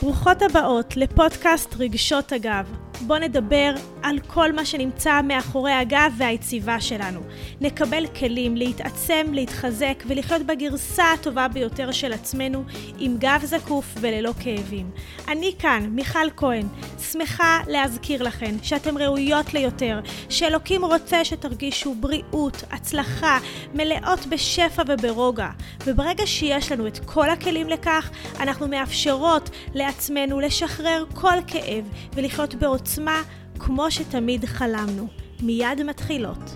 ברוכות הבאות לפודקאסט רגשות הגב. בוא נדבר על כל מה שנמצא מאחורי הגב והיציבה שלנו. נקבל כלים להתעצם, להתחזק ולחיות בגרסה הטובה ביותר של עצמנו עם גב זקוף וללא כאבים. אני כאן, מיכל כהן, שמחה להזכיר לכן שאתם ראויות ליותר, שאלוקים רוצה שתרגישו בריאות, הצלחה, מלאות בשפע וברוגע. וברגע שיש לנו את כל הכלים לכך, אנחנו מאפשרות לעצמנו לשחרר כל כאב ולחיות בעוצמה כמו שתמיד חלמנו. מיד מתחילות.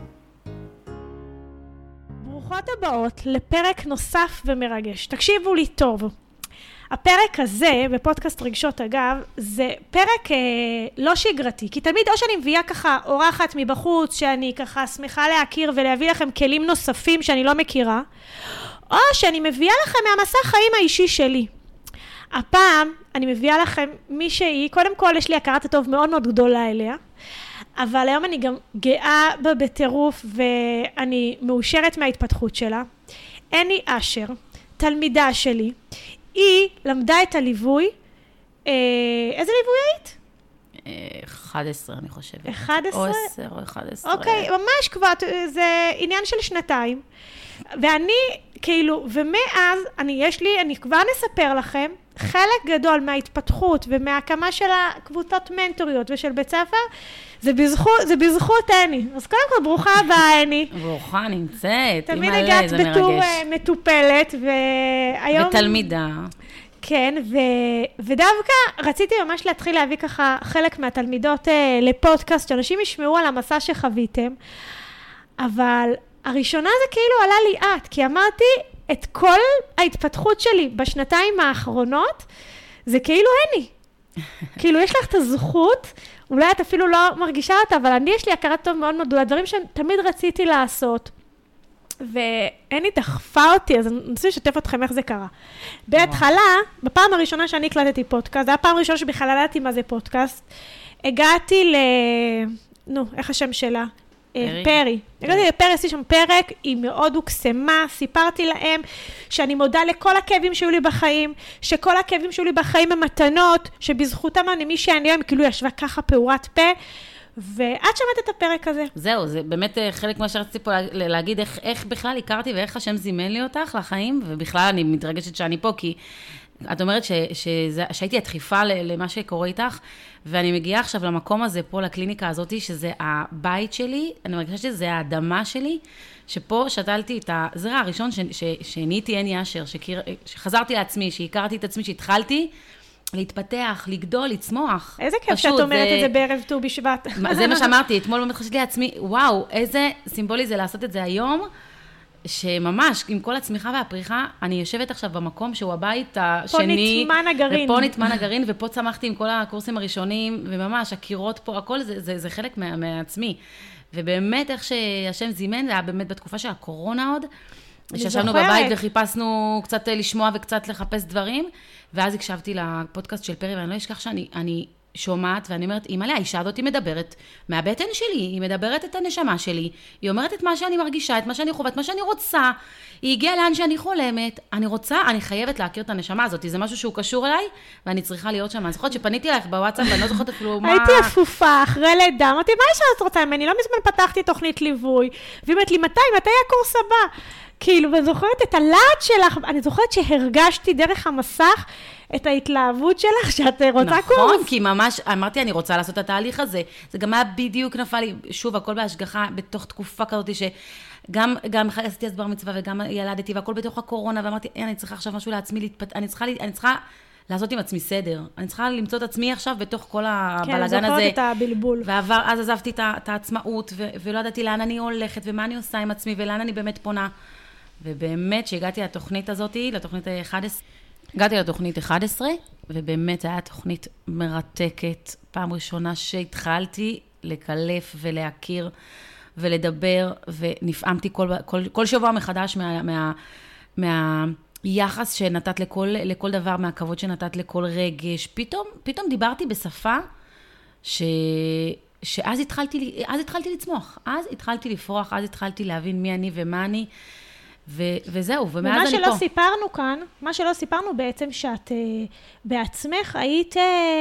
ברוכות הבאות לפרק נוסף ומרגש. תקשיבו לי טוב. הפרק הזה בפודקאסט רגשות הגב זה פרק לא שגרתי, כי תמיד או שאני מביאה ככה אורחת מבחוץ שאני ככה שמחה להכיר ולהביא לכם כלים נוספים שאני לא מכירה, או שאני מביאה לכם מהמסע חיים האישי שלי. הפעם אני מביאה לכם מישהי, קודם כל יש לי הכרת הטוב מאוד מאוד גדולה אליה, אבל היום אני גם גאה בה בטירוף ואני מאושרת מההתפתחות שלה. אני אשר, תלמידה שלי, היא למדה את הליווי, איזה ליווי היית? 11 אני חושבת. 11? או 10 או 11. אוקיי, ממש כבר, זה עניין של שנתיים. ואני, כאילו, ומאז, אני כבר נספר לכם, חלק גדול מההתפתחות ומההקמה של הקבוצות מנטוריות ושל בית ספר, זה בזכות אני. אז קודם כל, ברוכה הבאה, אני. ברוכה נמצאת. תמיד הגעת בתור מטופלת, והיום... ותלמידה. כן, ודווקא רציתי ממש להתחיל להביא ככה חלק מהתלמידות לפודקאסט, שאנשים ישמעו על המסע שחוויתם, אבל הראשונה זה כאילו עלה לי את, כי אמרתי, את כל ההתפתחות שלי בשנתיים האחרונות, זה כאילו אני. כאילו יש לך את הזכות, אולי את אפילו לא מרגישה אותה, אבל יש לי הכרת טוב מאוד מאוד, דברים שתמיד רציתי לעשות. ואני דחפה אותי, אז אני רוצה לשתף אתכם איך זה קרה. בהתחלה, בפעם הראשונה שאני הקלטתי פודקאסט, זה הפעם הראשונה שבכלל ידעתי מה זה פודקאסט, הגעתי איך השם שלה? פרי. הגעתי לפרי, עשיתי שם פרק, היא מאוד הוקסמה, סיפרתי להם שאני מודה לכל הכאבים שהיו לי בחיים, שכל הכאבים שהיו לי בחיים הם מתנות, שבזכותם אני מי שאני היום, כאילו ישבה ככה פעורת פה, ואת שמעת את הפרק הזה. זהו, זה באמת חלק מה שרציתי פה להגיד, איך בכלל הכרתי ואיך השם זימן לי אותך לחיים, ובכלל אני מתרגשת שאני פה, כי את אומרת שהייתי הדחיפה למה שקורה איתך, ואני מגיעה עכשיו למקום הזה פה, לקליניקה הזאת, שזה הבית שלי, אני מרגישה שזה האדמה שלי, שפה שתלתי את הזרע הראשון שנהייתי אני אשר, שחזרתי לעצמי, שהכרתי את עצמי, שהתחלתי להתפתח, לגדול, לצמוח. איזה כיף שאת אומרת את זה בערב ט"ו בשבט. זה מה שאמרתי, אתמול באמת חשבתי לעצמי, וואו, איזה סימבולי זה לעשות את זה היום, שממש, עם כל הצמיחה והפריחה, אני יושבת עכשיו במקום שהוא הבית השני. פה נטמן הגרעין. ופה נטמן הגרעין, ופה צמחתי עם כל הקורסים הראשונים, וממש, הקירות פה, הכל זה חלק מעצמי. ובאמת, איך שהשם זימן, זה היה באמת בתקופה של הקורונה עוד, שישבנו בבית וחיפשנו קצת לשמוע וקצת לחפש דברים, ואז הקשבתי לפודקאסט של פרי, ואני לא אשכח שאני שומעת, ואני אומרת, אמא, האישה הזאת היא מדברת מהבטן שלי, היא מדברת את הנשמה שלי, היא אומרת את מה שאני מרגישה, את מה שאני חווה, את מה שאני רוצה, היא הגיעה לאן שאני חולמת, אני חייבת להכיר את הנשמה הזאת, זה משהו שהוא קשור אליי, ואני צריכה להיות שם. אני זוכרת שפניתי אלייך בוואטסאפ, ואני לא זוכרת אפילו מה... הייתי אפופה, אחרי לידה, אמרתי, מה יש שאת רוצה ממני? לא מזמן פתחתי תוכנית ליווי, והיא אומרת לי, מתי הקורס הבא? כאילו, ואני זוכרת את הלהט שלך, אני זוכרת שהרגשתי דרך המסך את ההתלהבות שלך, שאת רוצה קורס. נכון, כי ממש, אמרתי, אני רוצה לעשות את התהליך הזה. זה גם היה בדיוק נפל לי, שוב, הכל בהשגחה, בתוך תקופה כזאת, שגם עשיתי הסבר מצווה, וגם ילדתי, והכל בתוך הקורונה, ואמרתי, אני צריכה עכשיו משהו לעצמי, אני צריכה לעשות עם עצמי סדר. אני צריכה למצוא את עצמי עכשיו בתוך כל הבלגן הזה. כן, זוכרת את הבלבול. אז עזבתי את העצמאות, ולא ידעתי לאן אני הולכת, ומה אני עושה עם עצמי, ולאן אני באמת פונה. ובאמת שהגעתי לתוכנית הזאת, לתוכנית 11, הגעתי לתוכנית 11, ובאמת זו הייתה תוכנית מרתקת, פעם ראשונה שהתחלתי לקלף ולהכיר ולדבר, ונפעמתי כל שבוע מחדש מהיחס שנתת לכל דבר, מהכבוד שנתת לכל רגש. פתאום דיברתי בשפה שאז התחלתי לצמוח, אז התחלתי לפרוח, אז התחלתי להבין מי אני ומה אני, וזהו, ומאז אני פה. מה שלא סיפרנו בעצם, שאת בעצמך היית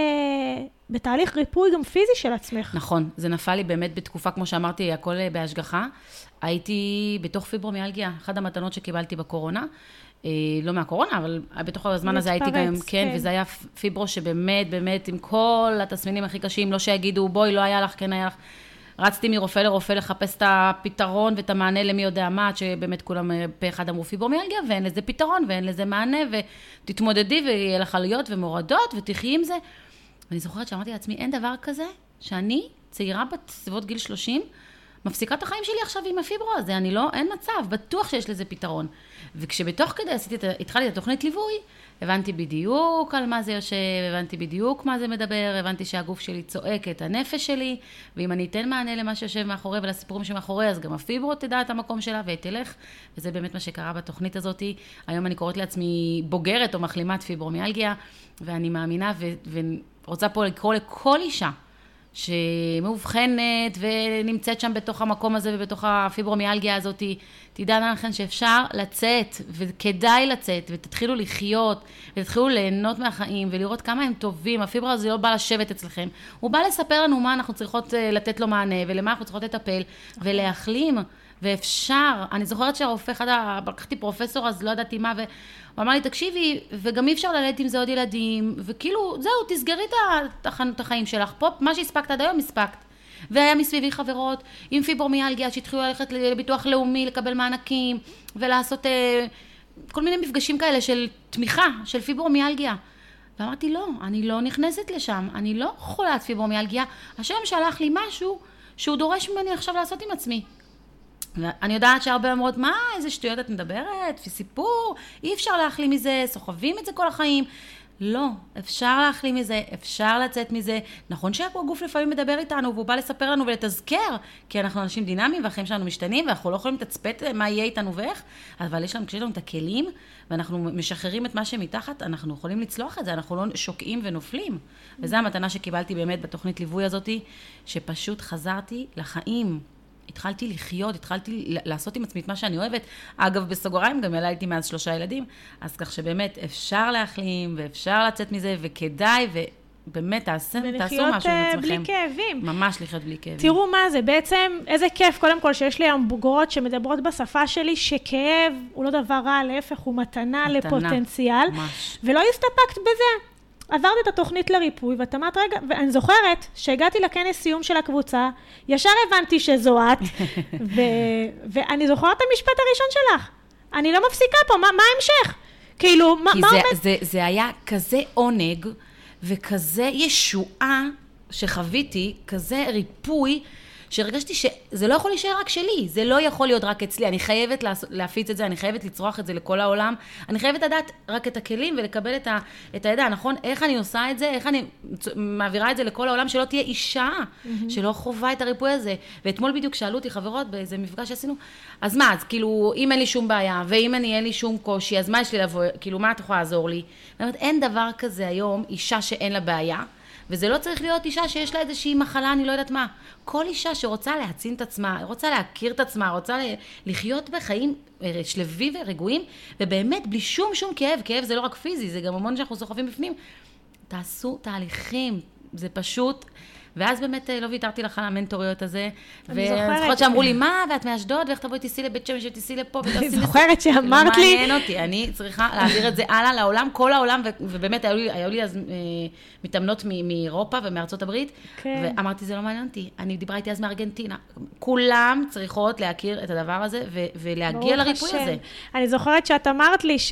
בתהליך ריפוי גם פיזי של עצמך. נכון, זה נפל לי באמת בתקופה, כמו שאמרתי, הכל בהשגחה. הייתי בתוך פיברומיאלגיה, אחת המתנות שקיבלתי בקורונה, לא מהקורונה, אבל בתוך הזמן הזה הייתי גם, כן, וזה היה פיברו שבאמת, באמת, עם כל התסמינים הכי קשים, לא שיגידו, בואי, לא היה לך, כן היה לך. רצתי מרופא לרופא לחפש את הפתרון ואת המענה למי יודע מה, שבאמת כולם פה אחד אמרו פיברומיאלגיה, ואין לזה פתרון, ואין לזה מענה, ותתמודדי, ויהיה לך עליות ומורדות, ותחי עם זה. ואני זוכרת שאמרתי לעצמי, אין דבר כזה, שאני, צעירה בסביבות גיל 30, מפסיקה את החיים שלי עכשיו עם הפיברו הזה, אין מצב, בטוח שיש לזה פתרון. וכשבתוך כדי התחלתי את התוכנית ליווי, הבנתי בדיוק על מה זה יושב, הבנתי בדיוק מה זה מדבר, הבנתי שהגוף שלי צועק את הנפש שלי, ואם אני אתן מענה למה שיושב מאחורי ולסיפורים שמאחורי, אז גם הפיברו תדע את המקום שלה ותלך, וזה באמת מה שקרה בתוכנית הזאת. היום אני קוראת לעצמי בוגרת או מחלימת פיברומיאלגיה, ואני מאמינה ורוצה פה לקרוא לכל אישה, שמאובחנת ונמצאת שם בתוך המקום הזה ובתוך הפיברומיאלגיה הזאת, תדענה לכן שאפשר לצאת וכדאי לצאת ותתחילו לחיות ותתחילו ליהנות מהחיים ולראות כמה הם טובים. הפיברו הזה לא בא לשבת אצלכם, הוא בא לספר לנו מה אנחנו צריכות לתת לו מענה ולמה אנחנו צריכות לטפל ולהחלים. ואפשר, אני זוכרת שהרופא אחד, לקחתי פרופסור אז לא ידעתי מה, והוא אמר לי, תקשיבי, וגם אי אפשר ללדת עם זה עוד ילדים, וכאילו, זהו, תסגרי את החיים שלך, פה, מה שהספקת עד היום, הספקת. והיה מסביבי חברות עם פיברומיאלגיה, שהתחילו ללכת לביטוח לאומי, לקבל מענקים, ולעשות כל מיני מפגשים כאלה של תמיכה, של פיברומיאלגיה. ואמרתי, לא, אני לא נכנסת לשם, אני לא חולת פיברומיאלגיה, השם שלח לי משהו שהוא דורש ממני עכשיו לעשות עם עצמי. אני יודעת שהרבה אומרות, מה, איזה שטויות את מדברת, סיפור, אי אפשר להחלים מזה, סוחבים את זה כל החיים. לא, אפשר להחלים מזה, אפשר לצאת מזה. נכון שהגוף לפעמים מדבר איתנו, והוא בא לספר לנו ולתזכר, כי אנחנו אנשים דינמיים, והחיים שלנו משתנים, ואנחנו לא יכולים לתצפת מה יהיה איתנו ואיך, אבל כשיש לנו את הכלים, ואנחנו משחררים את מה שמתחת, אנחנו יכולים לצלוח את זה, אנחנו לא שוקעים ונופלים. וזו המתנה שקיבלתי באמת בתוכנית ליווי הזאת, שפשוט חזרתי לחיים. התחלתי לחיות, התחלתי לעשות עם עצמי את מה שאני אוהבת. אגב, בסוגריים גם ילדתי מאז 3 ילדים, אז כך שבאמת אפשר להחלים, ואפשר לצאת מזה, וכדאי, ובאמת תעשו משהו עם עצמכם. ולחיות בלי כאבים. ממש לחיות בלי כאבים. תראו מה זה, בעצם איזה כיף, קודם כל שיש לי היום בוגרות שמדברות בשפה שלי, שכאב הוא לא דבר רע, להפך, הוא מתנה לפוטנציאל. ממש. ולא הסתפקת בזה. עברת את התוכנית לריפוי, ואת אמרת, רגע, ואני זוכרת שהגעתי לכנס סיום של הקבוצה, ישר הבנתי שזו את, ואני זוכרת את המשפט הראשון שלך. אני לא מפסיקה פה, מה ההמשך? כאילו, מה עומד? כי זה היה כזה עונג, וכזה ישועה שחוויתי, כזה ריפוי, שהרגשתי שזה לא יכול להישאר רק שלי, זה לא יכול להיות רק אצלי, אני חייבת להפיץ את זה, אני חייבת לצרוח את זה לכל העולם, אני חייבת לדעת רק את הכלים ולקבל את הידע, נכון? איך אני עושה את זה, איך אני מעבירה את זה לכל העולם, שלא תהיה אישה, שלא חובה את הריפוי הזה. ואתמול בדיוק שאלו אותי חברות באיזה מפגש שעשינו, אז מה, אז כאילו, אם אין לי שום בעיה, ואם אין לי שום קושי, אז מה יש לי לבוא, כאילו, מה את יכולה לעזור לי? ואומרת, אין דבר כזה היום, אישה שאין לה בעיה, וזה לא צריך להיות אישה שיש לה איזושהי מחלה, אני לא יודעת מה. כל אישה שרוצה להעצים את עצמה, רוצה להכיר את עצמה, רוצה לחיות בחיים שלווים ורגועים, ובאמת בלי שום כאב, כאב זה לא רק פיזי, זה גם המון שאנחנו סוחבים בפנים. תעשו תהליכים, זה פשוט, ואז באמת לא ויתרתי לך על המנטוריות הזה, ואני זוכרת שאמרו לי, מה, ואת מאשדוד, ואיך תבואי תיסעי לבית שמש, ותיסעי לפה, אני זוכרת שאמרת לי. לא מעניין אותי, אני צריכה להעביר את זה הלאה לעולם, כל העולם, ובאמת היו לי אז מתאמנות מאירופה ומארצות הברית, ואמרתי, זה לא מעניין אותי, אני דיברה איתי אז מארגנטינה, כולם צריכות להכיר את הדבר הזה, ולהגיע לריפוי הזה. אני זוכרת שאת אמרת לי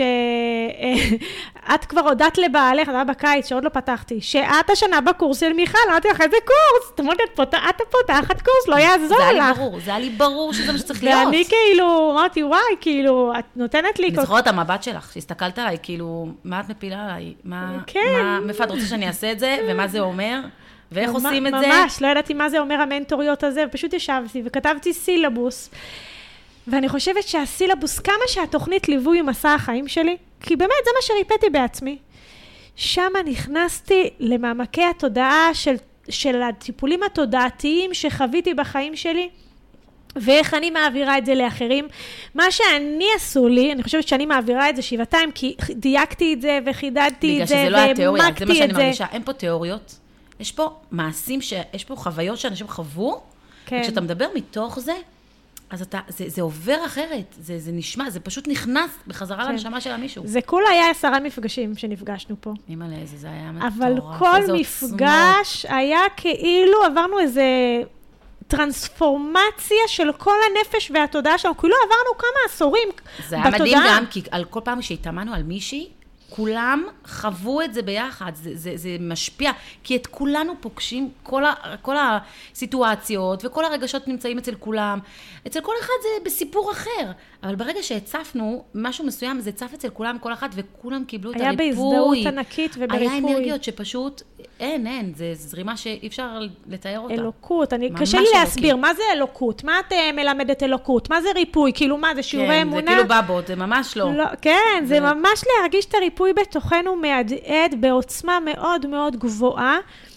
שאת כבר הודעת לבעלך, את בקיץ, שעוד לא פתחתי, שאת השנה בקורס של מיכל, אמרתי לך, איזה קורס? זאת אומרת, את פותחת קורס, לא יעזור לך. זה היה לי ברור שזה מה שצריך להיות. ואני כאילו, אמרתי, וואי, כאילו, את נותנת לי... אני זוכרת את המבט שלך, שהסתכלת עליי, כאילו, מה את מפילה עליי? מאיפה את רוצה שאני אעשה את זה, ומה זה אומר, ואיך עושים את זה? ממש, לא ידעתי מה זה אומר המנטוריות הזה, ופשוט ישבתי וכתבתי סילבוס, ואני חושבת שהסילבוס, כמה שהתוכנית ליווי עם מסע החיים שלי, כי באמת זה מה שריפאתי בעצמי. שם נכנסתי למעמקי התודעה של הטיפולים התודעתיים שחוויתי בחיים שלי, ואיך אני מעבירה את זה לאחרים. מה שאני עשו לי, אני חושבת שאני מעבירה את זה שבעתיים, כי דייקתי את זה וחידדתי את זה, בגלל שזה לא התיאוריה, זה מה שאני זה. מרגישה. אין פה תיאוריות, יש פה מעשים, יש פה חוויות שאנשים חוו, כן. וכשאתה מדבר מתוך זה, אז זה עובר אחרת, זה נשמע, זה פשוט נכנס בחזרה כן. לנשמה של המישהו. זה כולה היה 10 מפגשים שנפגשנו פה. אימא'לה, זה היה מטורף. אבל כל מפגש היה כאילו עברנו איזה טרנספורמציה של כל הנפש והתודעה שלנו, כאילו עברנו כמה עשורים בתודעה. זה היה מדהים גם, כי על כל פעם שהתאמנו על מישהי, כולם חוו את זה ביחד, זה משפיע, כי את כולנו פוגשים, כל הסיטואציות וכל הרגשות נמצאים אצל כולם, אצל כל אחד זה בסיפור אחר, אבל ברגע שהצפנו משהו מסוים, זה צף אצל כולם, כל אחד, וכולם קיבלו את הריפוי. היה בהזדהות ענקית ובריפוי. היה אנרגיות שפשוט, אין, זה זרימה שאי אפשר לתאר אותה. אלוקות, קשה לי להסביר, מה זה אלוקות? מה את מלמדת אלוקות? מה זה ריפוי? כאילו מה, זה שיעורי אמונה? כן, זה כאילו בבות, זה ממש לא. כן, זה ממש להרגיש את הריפוי בתוכנו מהדהד בעוצמה מאוד מאוד גבוהה.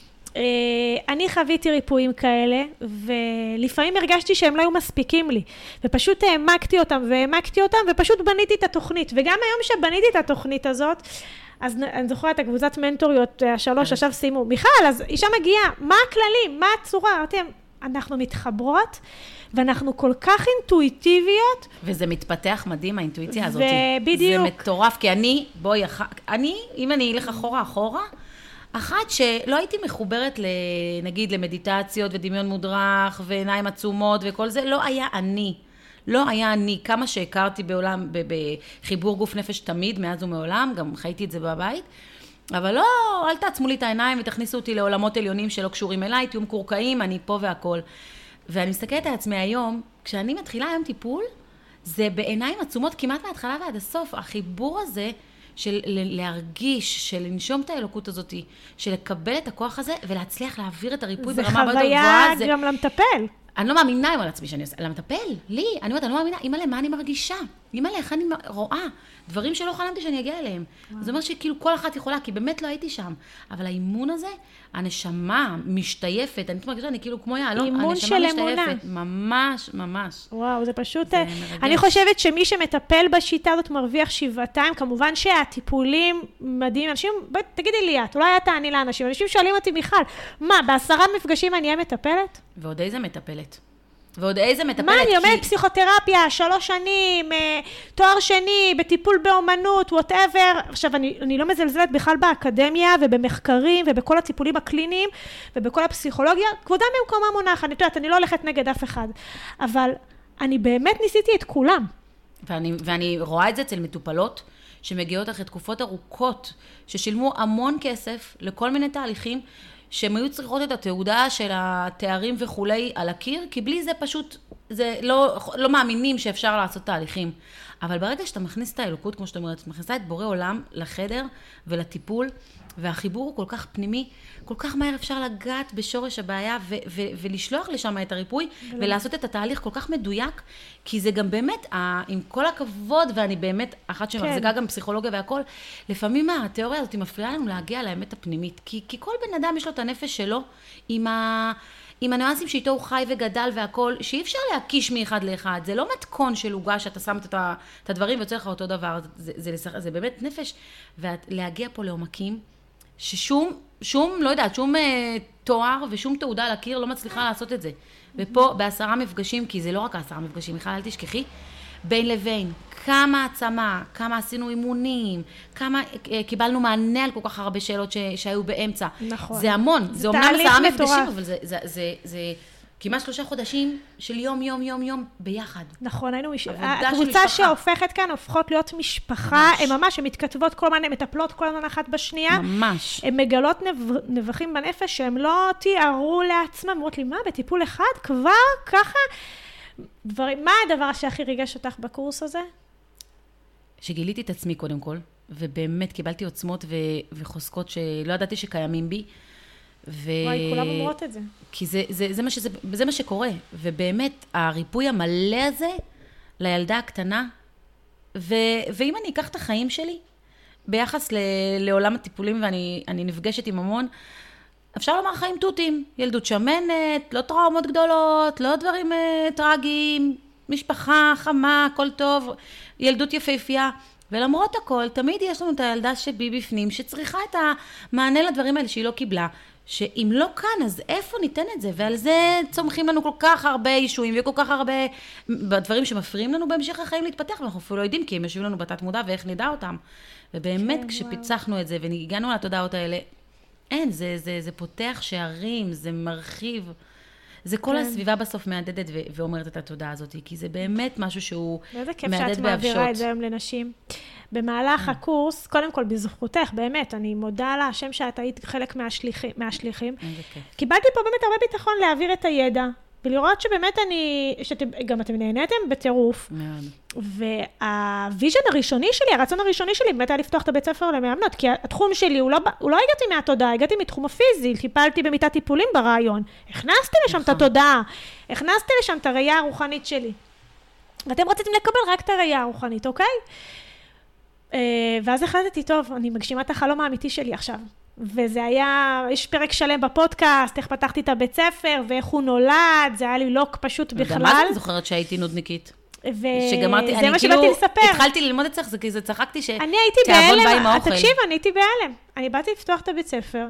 אני חוויתי ריפויים כאלה, ולפעמים הרגשתי שהם לא היו מספיקים לי, ופשוט העמקתי אותם, ופשוט בניתי את התוכנית, וגם היום שבניתי את התוכנית הזאת, אז אני זוכרת את הקבוצת מנטוריות, 3, עכשיו סיימו, מיכל, אז אישה מגיעה, מה הכללים, מה הצורה? אמרתי, אנחנו מתחברות, ואנחנו כל כך אינטואיטיביות. וזה מתפתח מדהים, האינטואיציה הזאת. ובדיוק. זה מטורף, כי אם אני אלך אחורה, אחת שלא הייתי מחוברת, נגיד, למדיטציות ודמיון מודרך, ועיניים עצומות וכל זה, לא היה אני, כמה שהכרתי בעולם, בחיבור גוף נפש תמיד, מאז ומעולם, גם חייתי את זה בבית, אבל לא, אל תעצמו לי את העיניים ותכניסו אותי לעולמות עליונים שלא קשורים אליי, תהיו מקורקעים, אני פה והכל. ואני מסתכלת על עצמי היום, כשאני מתחילה היום טיפול, זה בעיניים עצומות כמעט מההתחלה ועד הסוף, החיבור הזה של להרגיש, של לנשום את האלוקות הזאת, של לקבל את הכוח הזה ולהצליח להעביר את הריפוי ברמה הרבה יותר גבוהה. זה חוויה גם למטפל. אני לא מאמינה על עצמי שאני עושה, למטפל, לי, אני אומרת, אני לא מאמינה, אימא'לה, מה אני מרגישה? אימא'לה, איך אני רואה? דברים שלא חלמתי שאני אגיע אליהם. זאת אומרת שכאילו כל אחת יכולה, כי באמת לא הייתי שם. אבל האימון הזה, הנשמה משתייפת, אני מרגישה, אני כאילו כמו יעלון, הנשמה משתייפת. ממש, ממש. וואו, זה פשוט... אני חושבת שמי שמטפל בשיטה הזאת מרוויח שבעתיים, כמובן שהטיפולים מדהים, אנשים, תגידי לי את, אולי את תעני לאנשים, אנשים שואלים אותי, מיכל, מה, ב10 מפגשים אני אהיה מטפלת? ועוד איזה מטפלת? ועוד איזה מטפלת? מה, אני אומרת פסיכותרפיה, 3 שנים, תואר שני, בטיפול באומנות, whatever. עכשיו, אני לא מזלזלת בכלל באקדמיה ובמחקרים ובכל הטיפולים הקליניים ובכל הפסיכולוגיה. כבודם במקומה מונח, אני יודעת, אני לא הולכת נגד אף אחד. אבל אני באמת ניסיתי את כולם. ואני רואה את זה אצל מטופלות שמגיעות אחרי תקופות ארוכות, ששילמו המון כסף לכל מיני תהליכים, שהן היו צריכות את התעודה של התארים וכולי על הקיר, כי בלי זה פשוט, זה לא מאמינים שאפשר לעשות תהליכים. אבל ברגע שאתה מכניס את האלוקות, כמו שאתה אומרת, את מכניסה את בורא עולם לחדר ולטיפול, והחיבור הוא כל כך פנימי, כל כך מהר אפשר לגעת בשורש הבעיה, ולשלוח לשם את הריפוי, ולעשות את התהליך כל כך מדויק, כי זה גם באמת, עם כל הכבוד, ואני באמת, אחת שמחזיקה גם פסיכולוגיה והכל, לפעמים התיאוריה הזאת מפריעה לנו להגיע לאמת הפנימית, כי כל בן אדם יש לו את הנפש שלו, עם הניואנסים שאיתו הוא חי וגדל והכל, שאי אפשר להקיש מאחד לאחד, זה לא מתכון של עוגה שאתה שמת את הדברים ויוצא לך אותו דבר, זה באמת נפש, ולהגיע פה לעומקים, ששום, לא יודעת, שום תואר ושום תעודה על הקיר לא מצליחה לעשות את זה. ופה ב10 מפגשים, כי זה לא רק 10 מפגשים, מיכל, אל תשכחי, בין לבין, כמה העצמה, כמה עשינו אימונים, כמה קיבלנו מענה על כל כך הרבה שאלות שהיו באמצע. נכון. זה המון, זה אומנם 10 מפגשים, אבל זה כמעט 3 חודשים של יום ביחד. נכון, הקבוצה שהופכת כאן הופכות להיות משפחה, הן ממש, הן מתכתבות כל הזמן, הן מטפלות כל הזמן אחת בשנייה. ממש. הן מגלות נבחים בנפש שהם לא תיארו לעצמם, אומרות לי, מה, בטיפול אחד כבר ככה? מה הדבר שהכי ריגש אותך בקורס הזה? שגיליתי את עצמי קודם כל, ובאמת קיבלתי עוצמות וחוזקות שלא ידעתי שקיימים בי. וואי, כולם אומרות את זה. כי זה מה שקורה, ובאמת הריפוי המלא הזה לילדה הקטנה, ואם אני אקח את החיים שלי, ביחס לעולם הטיפולים, ואני נפגשת עם המון, אפשר לומר חיים תותים, ילדות שמנת, לא טראומות גדולות, לא דברים טרגיים, משפחה, חמה, הכל טוב, ילדות יפהפייה. ולמרות הכל, תמיד יש לנו את הילדה שבי בפנים, שצריכה את המענה לדברים האלה שהיא לא קיבלה. שאם לא כאן, אז איפה ניתן את זה? ועל זה צומחים לנו כל כך הרבה אישויים, וכל כך הרבה דברים שמפריעים לנו בהמשך החיים להתפתח, ואנחנו אפילו לא יודעים, כי הם יושבים לנו בתת מודע, ואיך נדע אותם. ובאמת, כשפיצחנו את זה, והגענו לתודעות האלה, אין, זה פותח שערים, זה מרחיב. זה כל הסביבה בסוף מהדדת ואומרת את התודעה הזאת, כי זה באמת משהו שהוא מהדד באבשות. איזה כיף שאת מעבירה את זה היום לנשים. במהלך הקורס, קודם כל בזכותך, באמת, אני מודה לה, השם שאת היית חלק מהשליחים. קיבלתי פה באמת הרבה ביטחון להעביר את הידע, ולראות שבאמת גם אתם נהניתם בטירוף. והוויז'ן הראשוני שלי, הרצון הראשוני שלי, באמת היה לפתוח את הבית ספר למאמנות, כי התחום שלי, הוא לא הגעתי מהתודעה, הגעתי מתחום הפיזי, טיפלתי במיטת טיפולים ברעיון, הכנסתי לשם את התודעה, הכנסתי לשם את הראייה הרוחנית שלי. ואתם רציתם לקבל רק את הראייה הרוחנית, אוקיי? ואז החלטתי, טוב, אני מגשימה את החלום האמיתי שלי עכשיו. וזה היה, יש פרק שלם בפודקאסט, איך פתחתי את הבית ספר, ואיך הוא נולד, זה היה לי לוק פשוט בכלל. מה זה זוכרת שהייתי נודניקית? שגמרתי, זה מה שבאתי לספר. התחלתי ללמוד אצלך, זה כי זה צחקתי אני הייתי בהלם, תקשיב, אני הייתי בהלם. אני באתי לפתוח את הבית ספר,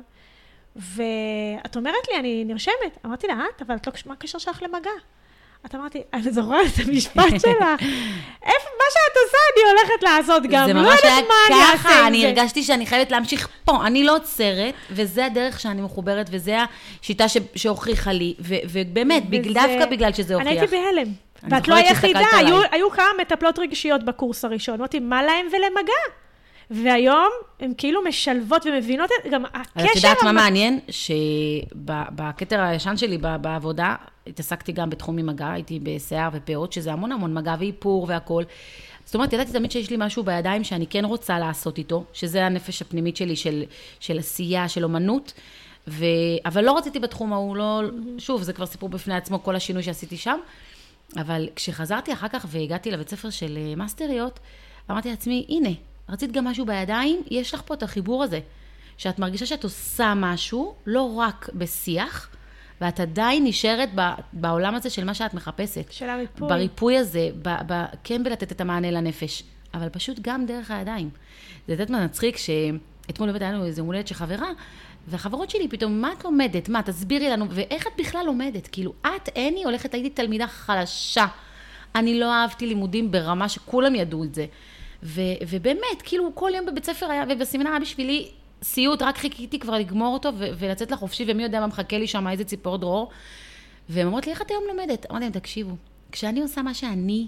ואת אומרת לי, אני נרשמת. אמרתי לה, אבל מה הקשר שלך למגע? את אמרתי, אני זוכרת את המשפט שלה. איפה, מה שאת עושה, אני הולכת לעשות גם. זה ממש היה ככה, אני הרגשתי שאני חייבת להמשיך פה. אני לא עוצרת, וזה הדרך שאני מחוברת, וזה השיטה שהוכיחה לי. ובאמת, דווקא בגלל שזה הוכיח. אני הייתי בהלם. ואת לא היחידה, היו כמה מטפלות רגשיות בקורס הראשון. אמרתי, מה להם ולמגע? והיום הן כאילו משלבות ומבינות גם הקשר... את יודעת מה מעניין? שבקטר הישן שלי בעבודה, התעסקתי גם בתחום ממגע, הייתי בשיער ופאות, שזה המון מגע ואיפור והכל. זאת אומרת, ידעתי תמיד שיש לי משהו בידיים שאני כן רוצה לעשות איתו, שזה הנפש הפנימית שלי של עשייה, של אומנות, אבל לא רציתי בתחום ההוא, שוב, זה כבר סיפור בפני עצמו, כל השינוי שעשיתי שם, אבל כשחזרתי אחר כך והגעתי לבית ספר של מאסטריות, אמרתי לעצמי, הנה, רצית גם משהו בידיים, יש לך פה את החיבור הזה, שאת מרגישה שאת עושה משהו, לא רק בשיח, ואת עדיין נשארת בעולם הזה של מה שאת מחפשת. של הריפוי. בריפוי הזה, כן בלתת את המענה לנפש, אבל פשוט גם דרך הידיים. זה יודעת מה נצחיק, שאתמול באמת היה לנו איזה מולדת שחברה, והחברות שלי פתאום, מה את לומדת? מה, תסבירי לנו, ואיך את בכלל לומדת? כאילו, הייתי תלמידה חלשה. אני לא אהבתי לימודים ברמה שכולם ידעו את זה. ובאמת, כאילו, כל יום בבית ספר היה, ובסמינר היה בשבילי סיוט, רק חיכיתי כבר לגמור אותו ולצאת לחופשי, ומי יודע מה מחכה לי שם, איזה ציפור דרור. והם אמרות לי, איך את היום לומדת? אמרתי להם, תקשיבו, כשאני עושה מה שאני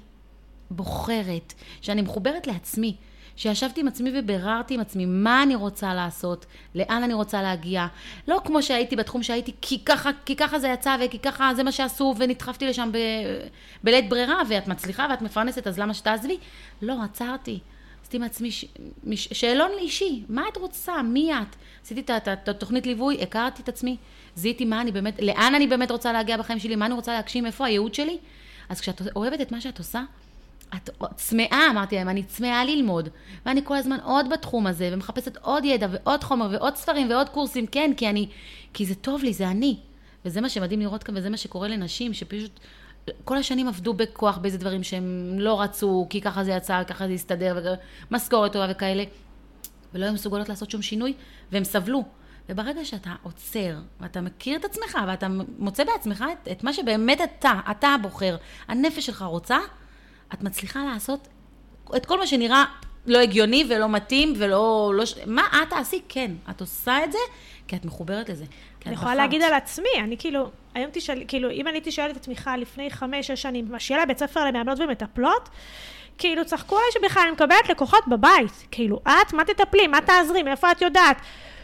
בוחרת, שאני מחוברת לעצמי, שישבתי עם עצמי ובררתי עם עצמי מה אני רוצה לעשות, לאן אני רוצה להגיע, לא כמו שהייתי בתחום שהייתי, כי ככה זה יצא, וכי ככה זה מה שעשו, ונדחפתי לשם בלית ברירה, ואת מצליחה ואת מפרנסת, אז למה שתעזבי? לא, עצרתי. עשיתי מעצמי שאלון לאישי, מה את רוצה, מי את? עשיתי את התוכנית ליווי, הכרתי את עצמי, זיהיתי מה אני באמת, לאן אני באמת רוצה להגיע בחיים שלי, מה אני רוצה להגשים, איפה הייעוד שלי? אז כשאת אוהבת את מה שאת עושה, את צמאה, אמרתי להם, אני צמאה ללמוד, ואני כל הזמן עוד בתחום הזה, ומחפשת עוד ידע ועוד חומר ועוד ספרים ועוד קורסים, כן, כי זה טוב לי, זה אני. וזה מה שמדהים לראות כאן, וזה מה שקורה לנשים, שפשוט כל השנים עבדו בכוח באיזה דברים שהם לא רצו, כי ככה זה יצא, ככה זה יסתדר, ומשכורת טובה וכאלה, ולא היו מסוגלות לעשות שום שינוי, והם סבלו. וברגע שאתה עוצר, ואתה מכיר את עצמך, ואתה מוצא בעצמך את מה שבאמת אתה בוחר, הנפש שלך רוצה, את מצליחה לעשות את כל מה שנראה לא הגיוני ולא מתאים ולא... מה את תעשי? כן, את עושה את זה כי את מחוברת לזה. אני יכולה להגיד על עצמי, אני כאילו, היום אם אני תשאלת את עצמך לפני 5-6 שנים, שיהיה לה בית ספר למאמנות ומטפלות, כאילו צחקו עליי שבכלל אני מקבלת לקוחות בבית. כאילו, מה תטפלי? מה תעזרי? מאיפה את יודעת?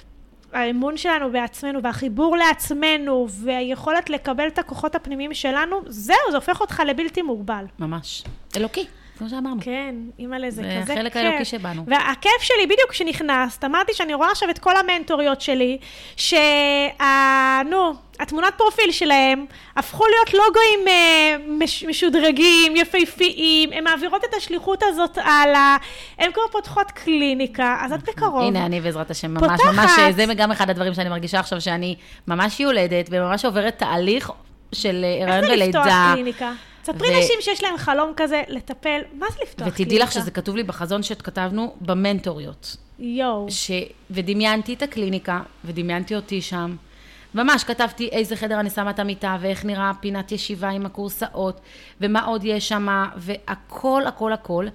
האמון שלנו בעצמנו והחיבור לעצמנו והיכולת לקבל את הכוחות הפנימיים שלנו, זהו, זה הופך אותך לבלתי מוגבל. ממש. אלוקי. כמו שאמרנו. כן, אימא'לה, זה כזה כיף. זה החלק האלוקי שבנו. והכיף שלי, בדיוק כשנכנסת, אמרתי שאני רואה עכשיו את כל המנטוריות שלי, התמונת פרופיל שלהם הפכו להיות לוגויים משודרגים, יפהפיים, הן מעבירות את השליחות הזאת הלאה, הן כבר פותחות קליניקה, אז את בקרוב. הנה, אני בעזרת השם, ממש, זה גם אחד הדברים שאני מרגישה עכשיו, שאני ממש יולדת, וממש עוברת תהליך של הריון ולידה. איך זה לפתוח קליניקה? ספרי נשים שיש להם חלום כזה לטפל, מה זה לפתוח קליניקה? ותדעי לך שזה כתוב לי בחזון שכתבנו במנטוריות. יואו. ודמיינתי את הקליניקה, ודמיינתי אותי שם, ממש כתבתי איזה חדר אני שמה את המיטה, ואיך נראה פינת ישיבה עם הקורסאות, ומה עוד יש שם, והכל, הכל, הכל.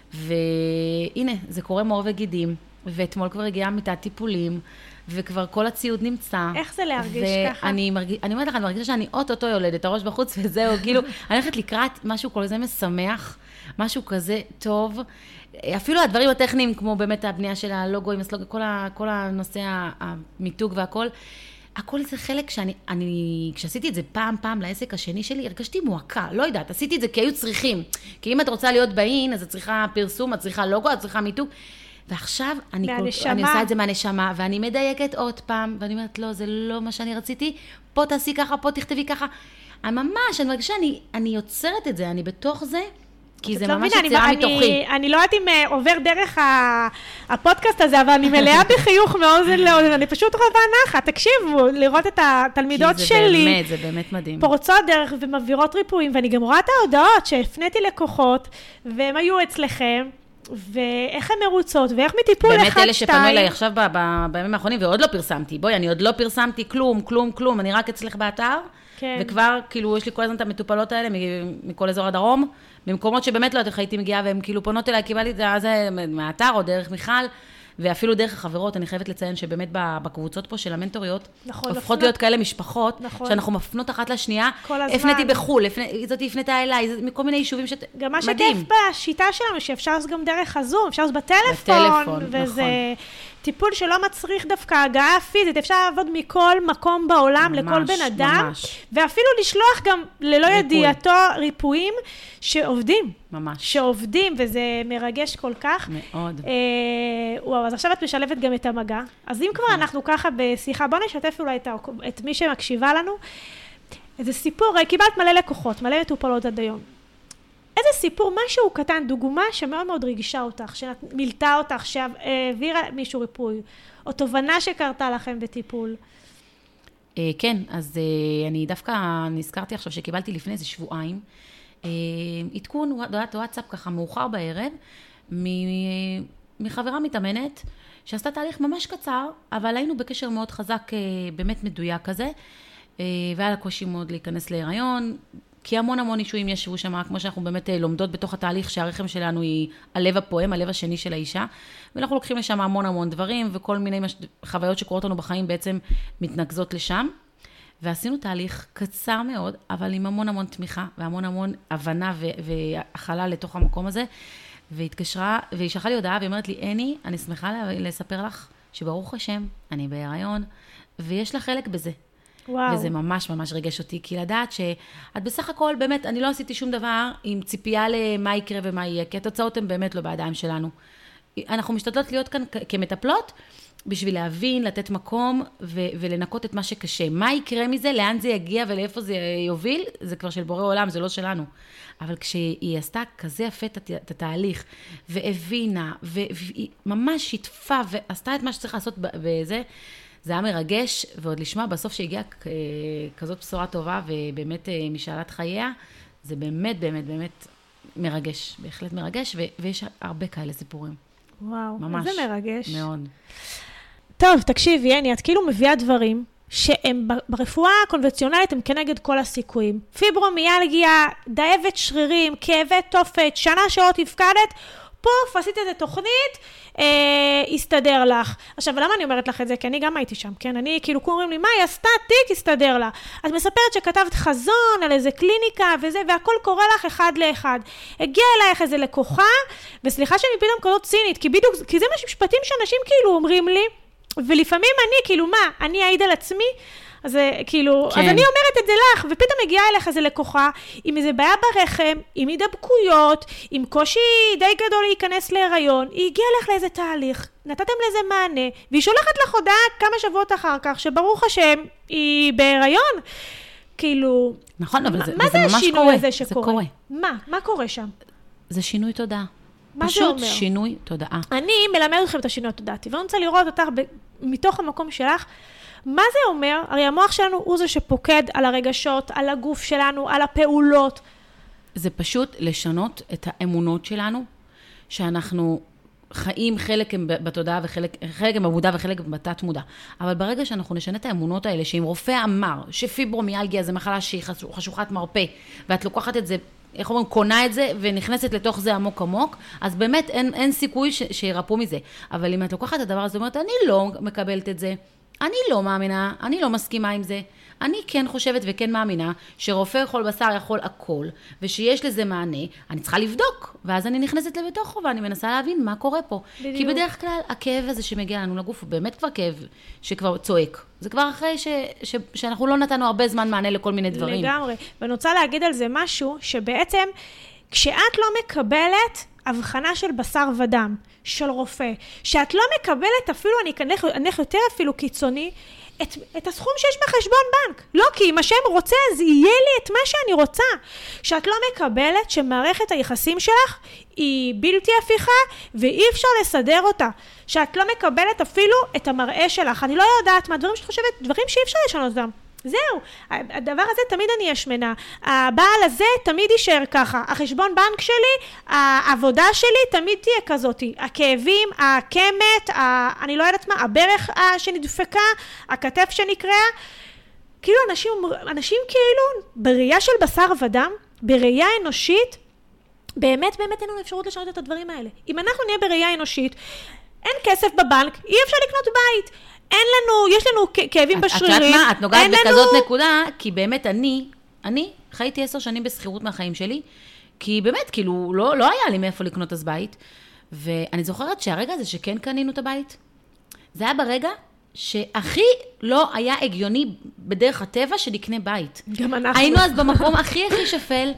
והנה, זה קורה מאור וגידים, ואתמול כבר הגיעה מיטת טיפולים, וכבר כל הציוד נמצא. איך זה להרגיש ככה? אני אומרת לך, אני מרגישה שאני אוטוטו יולדת, הראש בחוץ וזהו, כאילו, אני הולכת לקראת משהו כל זה משמח, משהו כזה טוב, אפילו הדברים הטכניים, כמו באמת הבנייה של הלוגו עם הסלוגו, כל הנושא המיתוג והכל, הכל זה חלק כשעשיתי את זה פעם לעסק השני שלי, הרגשתי מועקה, לא יודעת, עשיתי את זה כי היו צריכים, כי אם את רוצה להיות באין, אז את צריכה פרסום, את צריכה לוגו, את צריכה מיתוג, ועכשיו אני עושה את זה מהנשמה, ואני מדייקת עוד פעם, ואני אומרת, לא, זה לא מה שאני רציתי, פה תעשי ככה, פה תכתבי ככה, אני מרגישה, אני יוצרת את זה, אני בתוך זה, כי זה ממש יצירה מתוכי. אני לא יודעת אם עובר דרך הפודקאסט הזה, אבל אני מלאה בחיוך מאוזן לאוזן, אני פשוט רבה נחת, תקשיבו, לראות את התלמידות שלי, זה באמת מדהים. פורצות דרך ומעבירות ריפויים, ואני גם רואה את ההודעות שהפניתי לקוחות, והם היו אצלכם, ואיך הן מרוצות, ואיך מטיפול 1-2. באמת אלה שפנו אליי עכשיו בימים האחרונים, ועוד לא פרסמתי, בואי, אני עוד לא פרסמתי כלום, אני רק אצלך באתר, וכבר, כאילו, יש לי כל הזמן את המטופלות האלה, מכל אזור הדרום, במקומות שבאמת לא הייתי מגיעה, והן כאילו פונות אליי, קיבלתי את זה מהאתר, או דרך מיכל, ואפילו דרך החברות, אני חייבת לציין שבאמת בקבוצות פה של המנטוריות, הופכות להיות כאלה משפחות, שאנחנו מפנות אחת לשנייה, הפניתי בחול, זאת הפנתה אליי, מכל מיני יישובים גם מה שכיף בשיטה שלנו, שאפשר לעשות גם דרך הזום, אפשר לעשות בטלפון, וזה טיפול שלא מצריך דווקא הגעה פיזית, אפשר לעבוד מכל מקום בעולם, לכל בן אדם, ואפילו לשלוח גם ללא ידיעתו ריפויים שעובדים. ממש. שעובדים, וזה מרגש כל כך. מאוד. וואו, אז עכשיו את משלבת גם את המגע. אז אם כבר אנחנו ככה בשיחה, בוא נשתף אולי את מי שמקשיבה לנו. איזה סיפור, קיבלת מלא לקוחות, מלא מטופלות עד היום. איזה סיפור, משהו קטן, דוגמה שמאוד מאוד רגישה אותך, שמילתה אותך, שהעבירה מישהו ריפוי, או תובנה שקרתה לכם בטיפול. כן, אז אני דווקא נזכרתי עכשיו שקיבלתי לפני איזה שבועיים, עדכון, וואטסאפ ככה מאוחר בערב, מחברה מתאמנת, שעשתה תהליך ממש קצר, אבל היינו בקשר מאוד חזק, באמת מדויק כזה, והיה לה קושי מאוד להיכנס להיריון, כי המון אישויים ישבו שם, כמו שאנחנו באמת לומדות בתוך התהליך, שהרחם שלנו היא הלב הפועם, הלב השני של האישה, ואנחנו לוקחים לשם המון דברים, וכל מיני חוויות שקורות לנו בחיים בעצם מתנקזות לשם, ועשינו תהליך קצר מאוד, אבל עם המון תמיכה, והמון הבנה והחלה לתוך המקום הזה, והתקשרה, והיא שלחה לי הודעה, והיא אומרת לי, אני שמחה לספר לך, שברוך השם, אני בהיריון, ויש לה חלק בזה. וואו. וזה ממש ריגש אותי, כי לדעת שאת בסך הכל, באמת, אני לא עשיתי שום דבר עם ציפייה למה יקרה ומה יהיה, כי התוצאות הן באמת לא בידיים שלנו. אנחנו משתדלות להיות כאן כמטפלות, בשביל להבין, לתת מקום ולנקות את מה שקשה. מה יקרה מזה, לאן זה יגיע ולאיפה זה יוביל, זה כבר של בורא עולם, זה לא שלנו. אבל כשהיא עשתה כזה יפה את התהליך, והבינה, והיא ממש שיתפה, ועשתה את מה שצריך לעשות בזה, זה היה מרגש, ועוד לשמוע בסוף שהגיעה כזאת בשורה טובה, ובאמת משאלת חייה, זה באמת מרגש, בהחלט מרגש, ויש הרבה כאלה סיפורים. וואו, ממש, זה מרגש. מאוד. טוב, תקשיבי, את כאילו מביאה דברים שהם ברפואה הקונבנציונלית הם כנגד כל הסיכויים. פיברומיאלגיה, דאבת שרירים, כאבי תופת, שנה שעות הפקדת, פוף, עשית איזה תוכנית, הסתדר לך. עכשיו, למה אני אומרת לך את זה? כי אני גם הייתי שם, כן? אני כאילו קוראים לי, מה היא עשתה? תיק, הסתדר לה. את מספרת שכתבת חזון על איזה קליניקה וזה, והכל קורה לך אחד לאחד. הגיע אלייך איזה לקוחה, וסליחה שאני פתאום כזאת צינית, כי זה משפטים שאנשים כאילו אומרים לי, ולפעמים אני, כאילו, מה, אני אעיד על עצמי, אז כאילו, כן. אז אני אומרת את זה לך, ופתאום מגיעה אליך איזה לקוחה, עם איזה בעיה ברחם, עם הידבקויות, עם קושי די גדול להיכנס להיריון, היא הגיעה לך לאיזה תהליך, נתתם לזה מענה, והיא שולחת לך הודעה כמה שבועות אחר כך, שברוך השם, היא בהיריון. כאילו, נכון, אבל זה, מה זה השינוי הזה שקורה? זה קורה. מה קורה שם? זה שינוי תודעה. מה זה אומר? פשוט שינוי תודעה. אני מלמד אתכם את השינוי התודעתי, ואני רוצה לראות אותך מתוך המקום שלך, מה זה אומר? הרי המוח שלנו הוא זה שפוקד על הרגשות, על הגוף שלנו, על הפעולות. זה פשוט לשנות את האמונות שלנו, שאנחנו חיים חלק הם בתודעה וחלק הם במודע וחלק בתת מודע. אבל ברגע שאנחנו נשנה את האמונות האלה, שאם רופא אמר שפיברומיאלגיה זה מחלה שהיא חשוכת מרפא, ואת לוקחת את זה, איך אומרים, קונה את זה ונכנסת לתוך זה עמוק עמוק, אז באמת אין סיכוי שירפו מזה. אבל אם את לוקחת את הדבר הזה, אומרת, אני לא מקבלת את זה, אני לא מאמינה, אני לא מסכימה עם זה. אני כן חושבת וכן מאמינה שרופא יכול בשר יכול הכל, ושיש לזה מענה, אני צריכה לבדוק, ואז אני נכנסת לבתוכו, ואני מנסה להבין מה קורה פה. בדיוק. כי בדרך כלל הכאב הזה שמגיע לנו לגוף, הוא באמת כבר כאב שכבר צועק. זה כבר אחרי שאנחנו לא נתנו הרבה זמן מענה לכל מיני דברים. לגמרי. ואני רוצה להגיד על זה משהו, שבעצם כשאת לא מקבלת הבחנה של בשר ודם, של רופא, שאת לא מקבלת אפילו, אני אקנך יותר אפילו קיצוני, את הסכום שיש בחשבון בנק. לא, כי אם השם רוצה, אז יהיה לי את מה שאני רוצה. שאת לא מקבלת שמערכת היחסים שלך היא בלתי הפיכה, ואי אפשר לסדר אותה. שאת לא מקבלת אפילו את המראה שלך. אני לא יודעת מה דברים שאת חושבת, דברים שאי אפשר לשנות אותם. זהו, הדבר הזה תמיד אני אהיה שמנה, הבעל הזה תמיד יישאר ככה, החשבון בנק שלי, העבודה שלי תמיד תהיה כזאת, הכאבים, הקמת, אני לא יודעת מה, הברך שנדפקה, הכתף שנקראה, כאילו אנשים כאילו בראייה של בשר ודם, בראייה אנושית, באמת אין לנו אפשרות לשנות את הדברים האלה. אם אנחנו נהיה בראייה אנושית, אין כסף בבנק, אי אפשר לקנות בית, אין לנו, יש לנו כאבים בשרירים. את יודעת מה? את נוגעת בכזאת נקודה, כי באמת אני חייתי 10 שנים בסחירות מהחיים שלי, כי באמת, כאילו, לא היה לי מאיפה לקנות אז בית, ואני זוכרת שהרגע הזה שכן קנינו את הבית, זה היה ברגע שהכי לא היה הגיוני בדרך הטבע שנקנה בית. גם אנחנו. היינו אז במקום הכי שפל,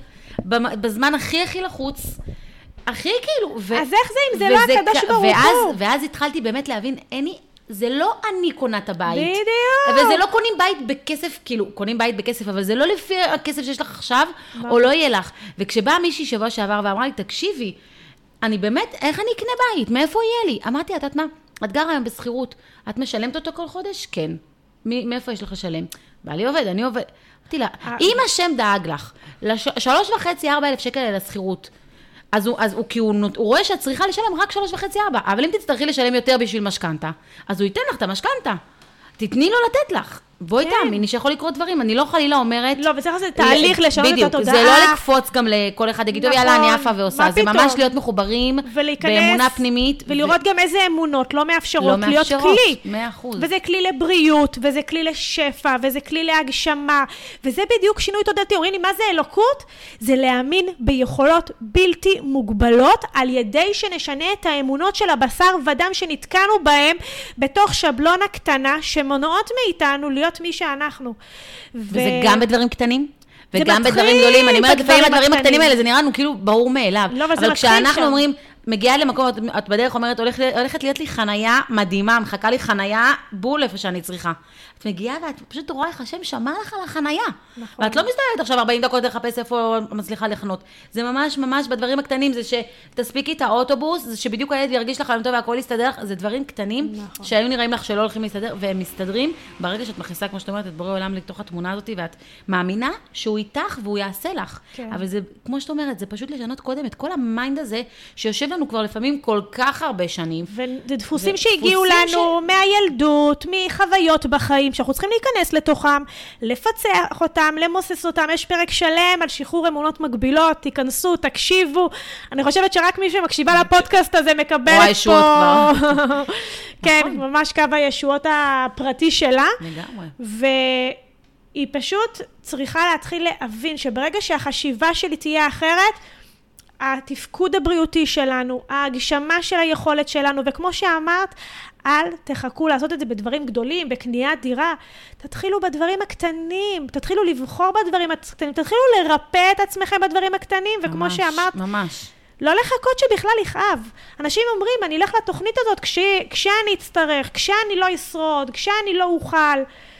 בזמן הכי לחוץ, הכי כאילו... אז איך זה אם זה לא הקדוש ברוך הוא? ואז התחלתי באמת להבין, זה לא אני קונה את הבית. בדיוק. וזה לא קונים בית בכסף, כאילו, קונים בית בכסף, אבל זה לא לפי הכסף שיש לך עכשיו, או לא יהיה לך. וכשבאה מישהי שבוע שעבר ואמרה לי, תקשיבי, אני באמת, איך אני אקנה בית? מאיפה יהיה לי? אמרתי, את מה? את גרה היום בסחירות, את משלמת אותו כל חודש? כן. מאיפה יש לך לשלם? בעלי עובד, אני עובד. אמרתי לה, אם השם דאג לך, 3,500-4,000 שקל לסחירות, אז הוא רואה שאת צריכה לשלם רק 3.5-4, אבל אם תצטרכי לשלם יותר בשביל משכנתה, אז הוא ייתן לך את המשכנתה. תתני לו לתת לך. בואי תאמיני שיכול לקרות דברים, אני לא חלילה אומרת... לא, וצריך לעשות תהליך לשנות את התודעה. בדיוק, זה לא לקפוץ גם לכל אחד, יגידו, יאללה, אני עפה ועושה. זה ממש להיות מחוברים באמונה פנימית. ולראות גם איזה אמונות לא מאפשרות להיות כלי. 100%. וזה כלי לבריאות, וזה כלי לשפע, וזה כלי להגשמה, וזה בדיוק שינוי תודעתי. אומרים לי, מה זה אלוקות? זה להאמין ביכולות בלתי מוגבלות, על ידי שנשנה את האמונות של הבשר ודם שנתקנו בהם, בתוך שבלונה קטנה, שמונעות מאיתנו להיות מי שאנחנו. וזה גם בדברים קטנים? וגם בדברים גדולים, אני אומרת, לפעמים הדברים הקטנים האלה, זה נראה לנו כאילו ברור מאליו. אבל כשאנחנו אומרים, מגיעה למקום, את בדרך אומרת, הולכת להיות לי חנייה מדהימה, מחכה לי חנייה בול איפה שאני צריכה. את מגיעה ואת פשוט רואה איך השם שמע לך על החנייה. נכון. ואת לא מסתובבת עכשיו 40 דקות לחפש איפה מצליחה לחנות. זה ממש בדברים הקטנים, זה שתספיקי את האוטובוס, זה שבדיוק הילד ירגיש לך היום טוב והכל יסתדר, זה דברים קטנים שהיו נראים לך שלא הולכים להסתדר, והם מסתדרים ברגע שאת מכניסה, כמו שאת אומרת, את בורא עולם לתוך התמונה הזאת, ואת מאמינה שהוא איתך והוא יעשה לך. כן. אבל זה, כמו שאת אומרת, זה פשוט לשנות קודם את כל המיינד הזה, שיושב לנו כבר לפעמים כל כך הרבה שנים. ודפוסים שהגיעו לנו מהילדות, מחוויות בחיים, שאנחנו צריכים להיכנס לתוכם, לפצח אותם, למוסס אותם. יש פרק שלם על שחרור אמונות מגבילות, תיכנסו, תקשיבו. אני חושבת שרק מי שמקשיבה לפודקאסט הזה מקבל פה... כן, ממש קו הישועות הפרטי שלה. לגמרי. והיא פשוט צריכה להתחיל להבין שברגע שהחשיבה שלי תהיה אחרת, התפקוד הבריאותי שלנו, ההגשמה של היכולת שלנו, וכמו שאמרת, אל תחכו לעשות את זה בדברים גדולים, בקניית דירה. תתחילו בדברים הקטנים, תתחילו לבחור בדברים הקטנים, תתחילו לרפא את עצמכם בדברים הקטנים, וכמו שאמרת, ממש. לא לחכות שבכלל יכאב. אנשים אומרים, אני אלך לתוכנית הזאת כשאני אצטרך, כשאני לא אשרוד, כשאני לא אוכל.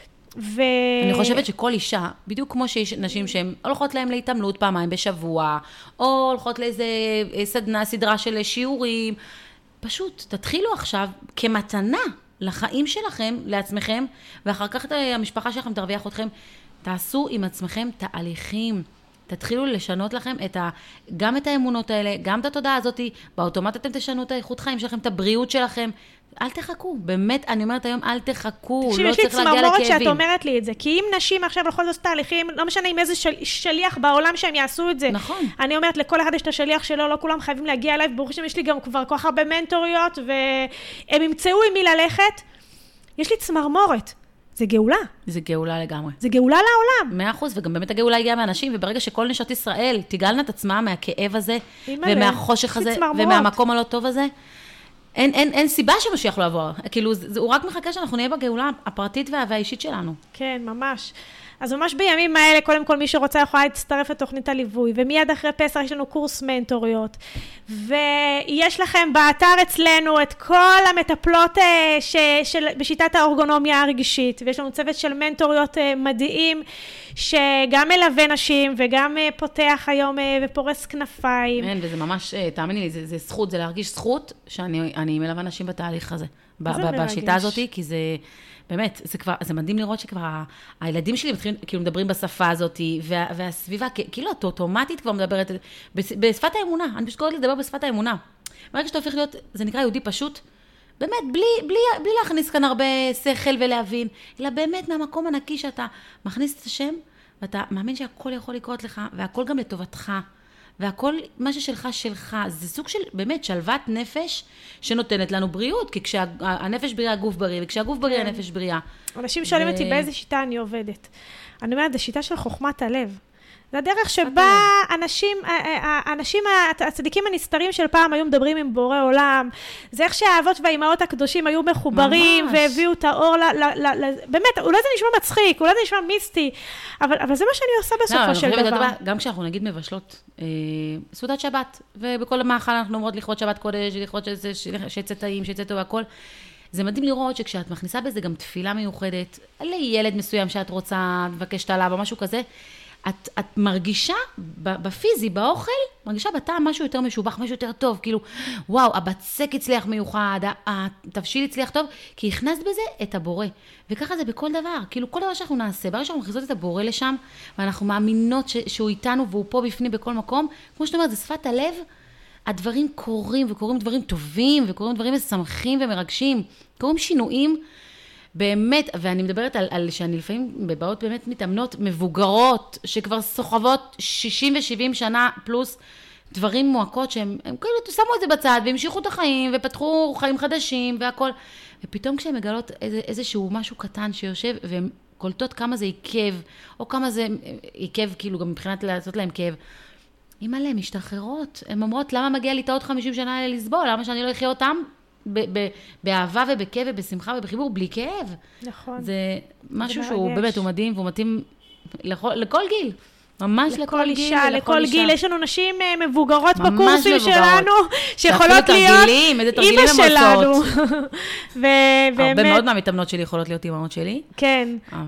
אני חושבת שכל אישה, בדיוק כמו שיש נשים שהן הולכות להם להתעמלות פעמיים בשבוע, או הולכות לאיזה סדרה של שיעורים, פשוט תתחילו עכשיו כמתנה לחיים שלכם, לעצמכם, ואחר כך המשפחה שלכם תרוויח אתכם, תעשו עם עצמכם תהליכים, תתחילו לשנות לכם גם את האמונות האלה, גם את התודעה הזאת, באוטומט אתם תשנו את האיכות חיים שלכם, את הבריאות שלכם, אל תחכו, באמת, אני אומרת היום, אל תחכו, לא צריך להגיע לכאבים. יש לי צמרמורת שאת אומרת לי את זה, כי אם נשים עכשיו הולכות לעשות תהליכים, לא משנה עם איזה שליח בעולם שהם יעשו את זה. נכון. אני אומרת, לכל אחד יש את השליח שלו, לא כולם חייבים להגיע אליי, ברוך השם, יש לי גם כבר כל כך הרבה מנטוריות, והם ימצאו עם מי ללכת. יש לי צמרמורת. זה גאולה. זה גאולה לגמרי. זה גאולה לעולם. 100%, וגם באמת הגאולה הגיעה מאנשים, וברגע שכל נשות ישראל תגלנה את עצמה מהכאב הזה, ומהחושך הזה, ומהמקום הלא טוב הזה, אין סיבה שמשיח לא יבוא. כאילו, הוא רק מחכה שאנחנו נהיה בגאולה הפרטית והאישית שלנו. כן, ממש. אז ממש בימים האלה, קודם כל מי שרוצה יכולה להצטרף לתוכנית הליווי, ומיד אחרי פסח יש לנו קורס מנטוריות, ויש לכם באתר אצלנו את כל המטפלות בשיטת האורגונומיה הרגשית, ויש לנו צוות של מנטוריות מדהים, שגם מלווה נשים, וגם פותח היום ופורס כנפיים. כן, וזה ממש, תאמיני לי, זה זכות, זה להרגיש זכות, שאני מלווה נשים בתהליך הזה, בשיטה הזאת, כי זה... באמת, זה מדהים לראות שכבר הילדים שלי כאילו מדברים בשפה הזאת, והסביבה, כאילו את אוטומטית כבר מדברת בשפת האמונה, אני פשוט קוראת לדבר בשפת האמונה. ברגע שאתה הופך להיות, זה נקרא יהודי פשוט, באמת, בלי להכניס כאן הרבה שכל ולהבין, אלא באמת מהמקום הנקי שאתה מכניס את השם, ואתה מאמין שהכל יכול לקרות לך, והכל גם לטובתך, והכל מה ששלך שלך, זה סוג של באמת שלוות נפש שנותנת לנו בריאות, כי כשהנפש בריאה, הגוף בריא, וכשהגוף בריא, הנפש בריאה. אנשים שואלים אותי באיזה שיטה אני עובדת. אני אומרת, זו שיטה של חוכמת הלב. זה הדרך שבה אנשים, הצדיקים הנסתרים של פעם היו מדברים עם בורא עולם. זה איך שהאבות והאימהות הקדושים היו מחוברים, והביאו את האור, באמת, אולי זה נשמע מצחיק, אולי זה נשמע מיסטי, אבל זה מה שאני עושה בסופו של דבר. גם כשאנחנו נגיד מבשלות סעודת שבת, ובכל מאכל אנחנו אומרות לכבוד שבת קודש, לכבוד שיצא טעים, שיצא טוב והכל. זה מדהים לראות שכשאת מכניסה בזה גם תפילה מיוחדת, לילד מסוים שאת רוצה, מבקשת עליו או משהו כזה, את מרגישה בפיזי, באוכל, מרגישה בטעם משהו יותר משובח, משהו יותר טוב, כאילו, וואו, הבצק הצליח מיוחד, התבשיל הצליח טוב, כי הכנסת בזה את הבורא. וככה זה בכל דבר, כאילו, כל דבר שאנחנו נעשה, ברגע שאנחנו מכניסות את הבורא לשם, ואנחנו מאמינות שהוא איתנו והוא פה בפנים בכל מקום, כמו שאת אומרת, זה שפת הלב, הדברים קורים, וקורים דברים טובים, וקורים דברים משמחים ומרגשים, קורים שינויים, באמת, ואני מדברת על שאני לפעמים בבאות באמת מתאמנות מבוגרות, שכבר סוחבות 60 ו-70 שנה פלוס דברים מועקות, שהם כאילו שמו את זה בצד, והמשיכו את החיים, ופתחו חיים חדשים והכל, ופתאום כשהן מגלות איזשהו משהו קטן שיושב, והן קולטות כמה זה עיכב, או כמה זה עיכב, כאילו גם מבחינת לעשות להם כאב, אם עליהן משתחררות, הן אומרות, למה מגיע לי את עוד 50 שנה האלה לסבול? למה שאני לא אחיה אותם? באהבה ובכאב ובשמחה ובחיבור, בלי כאב. נכון. זה משהו שהוא באמת, הוא מדהים, והוא מתאים לכל גיל. ממש לכל גיל. אישה, לכל גיל. יש לנו נשים מבוגרות בקורסים שלנו, שיכולות להיות אימא שלנו. הרבה מאוד מהמתאמנות שלי יכולות להיות אימהות שלי. כן.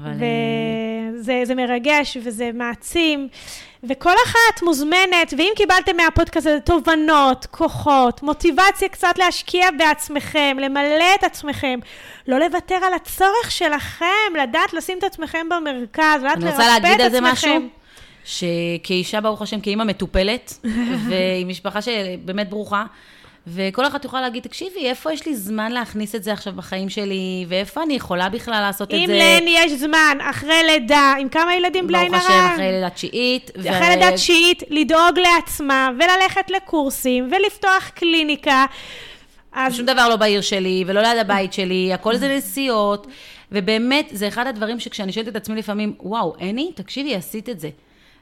זה מרגש וזה מעצים. וכל אחת מוזמנת, ואם קיבלתם מהפודקאסט הזה תובנות, כוחות, מוטיבציה קצת להשקיע בעצמכם, למלא את עצמכם, לא לוותר על הצורך שלכם, לדעת לשים את עצמכם במרכז, לדעת לרפא את עצמכם. אני רוצה להגיד על זה משהו, שכאישה ברוך השם, כאימא מטופלת, ועם משפחה שבאמת ברוכה, וכל אחד תוכל להגיד, תקשיבי, איפה יש לי זמן להכניס את זה עכשיו בחיים שלי, ואיפה אני יכולה בכלל לעשות את זה? אם לן יש זמן, אחרי לידה, עם כמה ילדים בלי עין הרע? ברוך השם, אחרי לידה תשיעית. אחרי לידה תשיעית, לדאוג לעצמה, וללכת לקורסים, ולפתוח קליניקה. שום דבר לא בעיר שלי, ולא ליד הבית שלי, הכל זה נסיעות, ובאמת, זה אחד הדברים שכשאני שואלת את עצמי לפעמים, וואו, עיני, תקשיבי, עשית את זה.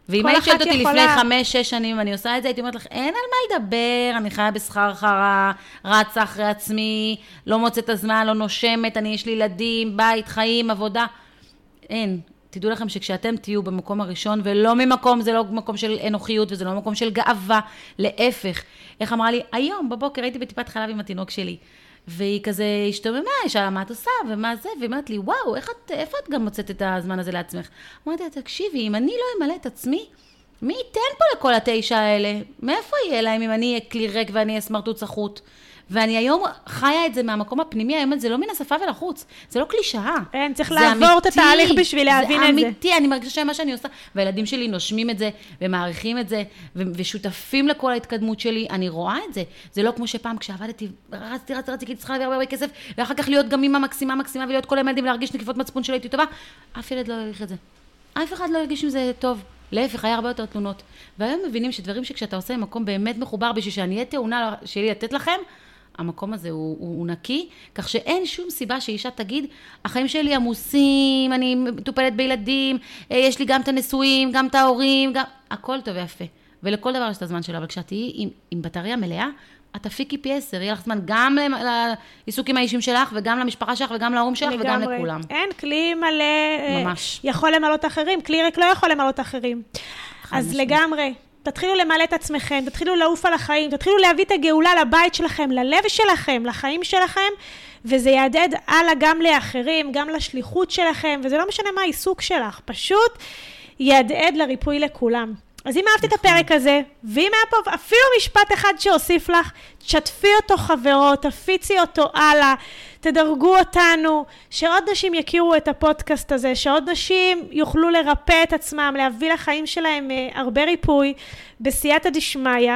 ואם היית שואלת אותי לפני 5-6 שנים, ואני עושה את זה, הייתי אומרת לך, אין על מה לדבר, אני חיה בשכר חרה, רצה אחרי עצמי, לא מוצאת הזמן, לא נושמת, יש לי ילדים, בית, חיים, עבודה. אין. תדעו לכם שכשאתם תהיו במקום הראשון, ולא ממקום, זה לא מקום של אנוכיות, וזה לא מקום של גאווה, להפך. איך אמרה לי, היום בבוקר הייתי בטיפת חלב עם התינוק שלי, והיא כזה השתוממה, היא שאלה מה את עושה, ומה זה, והיא אמרת לי, וואו, איפה את גם מוצאת את הזמן הזה לעצמך? אמרתי, תקשיבי, אם אני לא אמלא את עצמי, מי ייתן פה לכל 9 האלה? מאיפה יהיה להם אם אני אהיה כלי ריק ואני אהיה סמרטוט סחוט? ואני היום חיה את זה מהמקום הפנימי, היום זה לא מן השפה ולחוץ, זה לא קלישאה. אין, צריך לעבור את התהליך בשביל להבין את זה. זה אמיתי, אני מרגישה שמה שאני עושה, והילדים שלי נושמים את זה, ומעריכים את זה, ושותפים לכל ההתקדמות שלי, אני רואה את זה. זה לא כמו שפעם כשעבדתי, רצתי, כי צריכה להביא הרבה כסף, ואחר כך להיות גם אמא מקסימה, ולהיות כל הילדים, ולהרגיש נקיפות מצפון שלי הייתי טובה, אף ילד לא ירגיש את זה. אף אחד לא ירגיש עם זה טוב. להפך, היה הרבה יותר תלונות. והיום מבינים שדברים שכשאתה עושה מקום באמת מחובר בשביל שאני אהיה טעונה שלי לתת לכם, המקום הזה הוא נקי, כך שאין שום סיבה שאישה תגיד, החיים שלי עמוסים, אני מטופלת בילדים, יש לי גם את הנשואים, גם את ההורים, גם... הכל טוב ויפה. ולכל דבר יש את הזמן שלה, אבל כשאת תהיי עם בטריה מלאה, את תפיקי פי 10, יהיה לך זמן גם לעיסוקים האישיים שלך, וגם למשפחה שלך, וגם להורים שלך, וגם לכולם. אין, כלי מלא, ממש. יכול למלות אחרים, כלי ריק לא יכול למלות אחרים. אז לגמרי. תתחילו למלא את עצמכם, תתחילו לעוף על החיים, תתחילו להביא את הגאולה לבית שלכם, ללב שלכם, לחיים שלכם, וזה יעדד הלאה גם לאחרים, גם לשליחות שלכם, וזה לא משנה מה העיסוק שלך, פשוט יעדד לריפוי לכולם. אז אם אהבת את הפרק הזה, ואם היה פה אפילו משפט אחד שהוסיף לך, תשתפי אותו חברות, תפיצי אותו הלאה, תדרגו אותנו, שעוד נשים יכירו את הפודקאסט הזה, שעוד נשים יוכלו לרפא את עצמם, להביא לחיים שלהם הרבה ריפוי, בסייעתא דשמיא.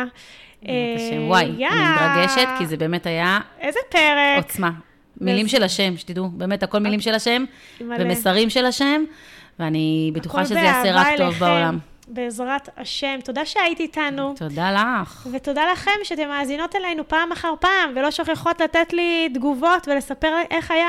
וואי, אני מתרגשת, כי זה באמת היה... איזה פרק. עוצמה. מילים של השם, שתדעו, באמת הכל מילים של השם, ומסרים של השם, ואני בטוחה שזה יעשה רק טוב בעולם. בעזרת השם. תודה שהיית איתנו. תודה לך. ותודה לכם שאתם מאזינות אלינו פעם אחר פעם, ולא שוכחות לתת לי תגובות ולספר איך היה.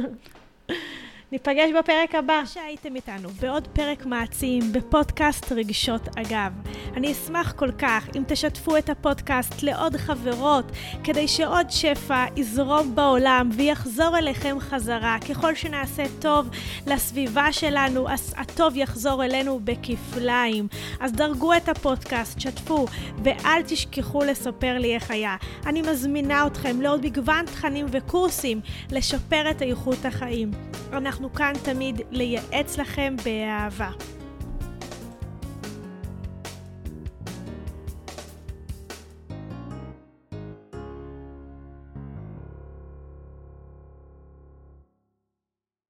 ניפגש בפרק הבא. שהייתם איתנו בעוד פרק מעצים בפודקאסט רגשות אגב. אני אשמח כל כך אם תשתפו את הפודקאסט לעוד חברות, כדי שעוד שפע יזרום בעולם ויחזור אליכם חזרה. ככל שנעשה טוב לסביבה שלנו, אז הטוב יחזור אלינו בכפליים. אז דרגו את הפודקאסט, שתפו, ואל תשכחו לספר לי איך היה. אני מזמינה אתכם לעוד מגוון תכנים וקורסים לשפר את איכות החיים. אנחנו כאן תמיד לייעץ לכם באהבה.